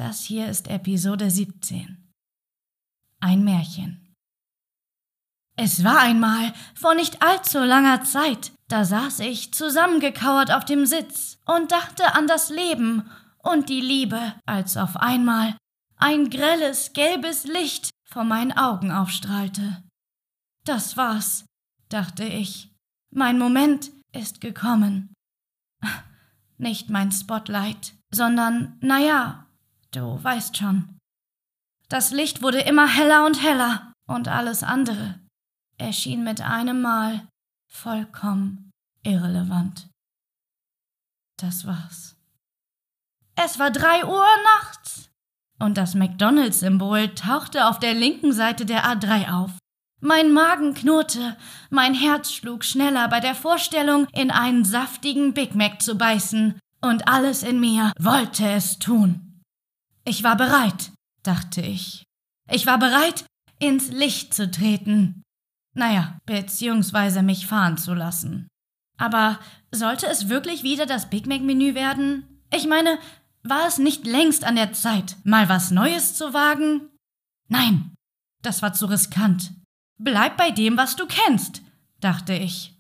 Das hier ist Episode 17. Ein Märchen. Es war einmal, vor nicht allzu langer Zeit, da saß ich zusammengekauert auf dem Sitz und dachte an das Leben und die Liebe, als auf einmal ein grelles, gelbes Licht vor meinen Augen aufstrahlte. Das war's, dachte ich. Mein Moment ist gekommen. Nicht mein Spotlight, sondern, du weißt schon. Das Licht wurde immer heller und alles andere erschien mit einem Mal vollkommen irrelevant. Das war's. Es war 3 Uhr nachts und das McDonald's-Symbol tauchte auf der linken Seite der A3 auf. Mein Magen knurrte, mein Herz schlug schneller bei der Vorstellung, in einen saftigen Big Mac zu beißen, und alles in mir wollte es tun. Ich war bereit, dachte ich. Ich war bereit, ins Licht zu treten. Beziehungsweise mich fahren zu lassen. Aber sollte es wirklich wieder das Big Mac-Menü werden? Ich meine, war es nicht längst an der Zeit, mal was Neues zu wagen? Nein, das war zu riskant. Bleib bei dem, was du kennst, dachte ich.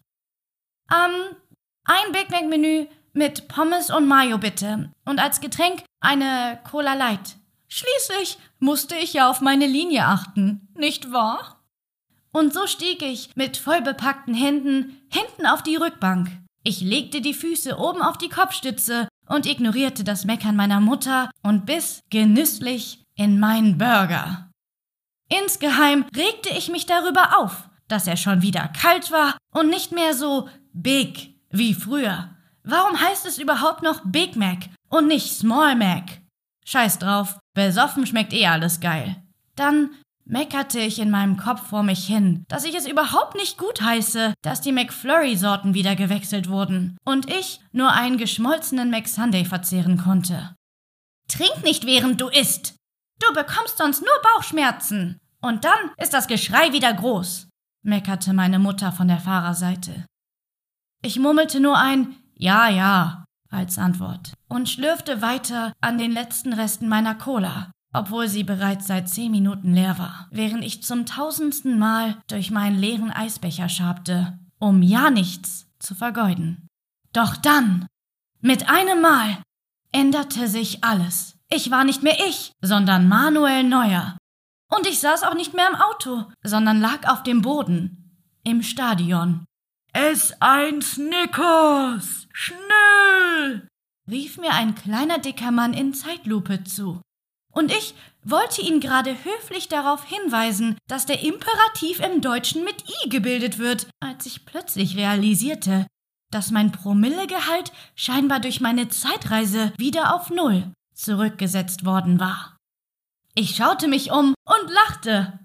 Ein Big Mac-Menü mit Pommes und Mayo bitte und als Getränk eine Cola Light. Schließlich musste ich ja auf meine Linie achten, nicht wahr? Und so stieg ich mit vollbepackten Händen hinten auf die Rückbank. Ich legte die Füße oben auf die Kopfstütze und ignorierte das Meckern meiner Mutter und biss genüsslich in meinen Burger. Insgeheim regte ich mich darüber auf, dass er schon wieder kalt war und nicht mehr so big wie früher. Warum heißt es überhaupt noch Big Mac und nicht Small Mac? Scheiß drauf, besoffen schmeckt alles geil. Dann meckerte ich in meinem Kopf vor mich hin, dass ich es überhaupt nicht gut heiße, dass die McFlurry-Sorten wieder gewechselt wurden und ich nur einen geschmolzenen McSunday verzehren konnte. Trink nicht, während du isst. Du bekommst sonst nur Bauchschmerzen. Und dann ist das Geschrei wieder groß, meckerte meine Mutter von der Fahrerseite. Ich murmelte nur ein Ja als Antwort und schlürfte weiter an den letzten Resten meiner Cola, obwohl sie bereits seit 10 Minuten leer war, während ich zum 1000. Mal durch meinen leeren Eisbecher schabte, um ja nichts zu vergeuden. Doch dann, mit einem Mal, änderte sich alles. Ich war nicht mehr ich, sondern Manuel Neuer. Und ich saß auch nicht mehr im Auto, sondern lag auf dem Boden, im Stadion. »Ess ein Snickers! Schnell!« rief mir ein kleiner dicker Mann in Zeitlupe zu. Und ich wollte ihn gerade höflich darauf hinweisen, dass der Imperativ im Deutschen mit I gebildet wird, als ich plötzlich realisierte, dass mein Promillegehalt scheinbar durch meine Zeitreise wieder auf 0 zurückgesetzt worden war. Ich schaute mich um und lachte.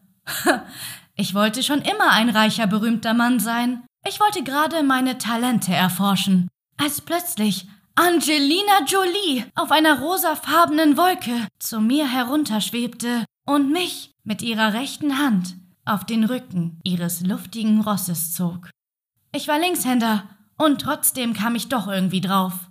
Ich wollte schon immer ein reicher, berühmter Mann sein. Ich wollte gerade meine Talente erforschen, als plötzlich Angelina Jolie auf einer rosafarbenen Wolke zu mir herunterschwebte und mich mit ihrer rechten Hand auf den Rücken ihres luftigen Rosses zog. Ich war Linkshänder und trotzdem kam ich doch irgendwie drauf.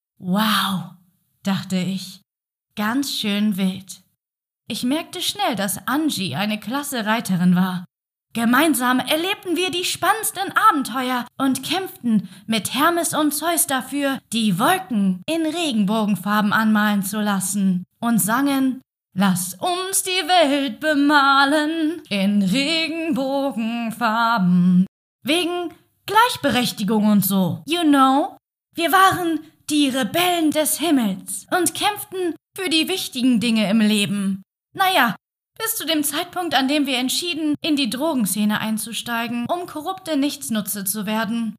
Wow, dachte ich, ganz schön wild. Ich merkte schnell, dass Angie eine klasse Reiterin war. Gemeinsam erlebten wir die spannendsten Abenteuer und kämpften mit Hermes und Zeus dafür, die Wolken in Regenbogenfarben anmalen zu lassen und sangen: Lass uns die Welt bemalen in Regenbogenfarben. Wegen Gleichberechtigung und so, you know? Wir waren die Rebellen des Himmels und kämpften für die wichtigen Dinge im Leben. Bis zu dem Zeitpunkt, an dem wir entschieden, in die Drogenszene einzusteigen, um korrupte Nichtsnutze zu werden.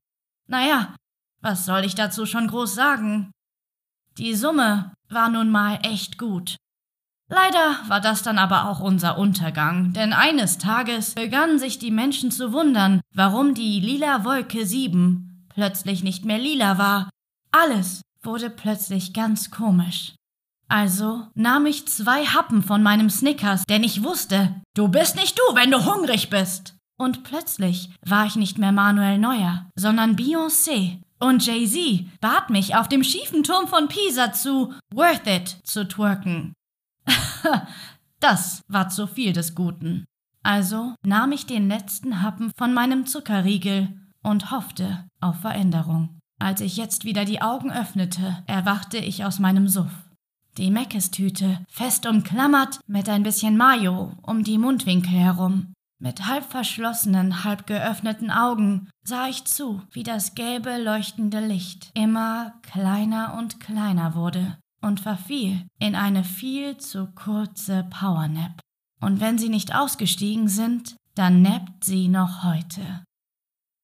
Was soll ich dazu schon groß sagen? Die Summe war nun mal echt gut. Leider war das dann aber auch unser Untergang, denn eines Tages begannen sich die Menschen zu wundern, warum die lila Wolke 7 plötzlich nicht mehr lila war. Alles wurde plötzlich ganz komisch. Also nahm ich 2 Happen von meinem Snickers, denn ich wusste, du bist nicht du, wenn du hungrig bist. Und plötzlich war ich nicht mehr Manuel Neuer, sondern Beyoncé. Und Jay-Z bat mich auf dem schiefen Turm von Pisa zu Worth It zu twerken. Das war zu viel des Guten. Also nahm ich den letzten Happen von meinem Zuckerriegel und hoffte auf Veränderung. Als ich jetzt wieder die Augen öffnete, erwachte ich aus meinem Suff. Die Meckes-Tüte, fest umklammert mit ein bisschen Mayo um die Mundwinkel herum. Mit halb verschlossenen, halb geöffneten Augen sah ich zu, wie das gelbe, leuchtende Licht immer kleiner und kleiner wurde und verfiel in eine viel zu kurze Powernap. Und wenn Sie nicht ausgestiegen sind, dann nappt sie noch heute.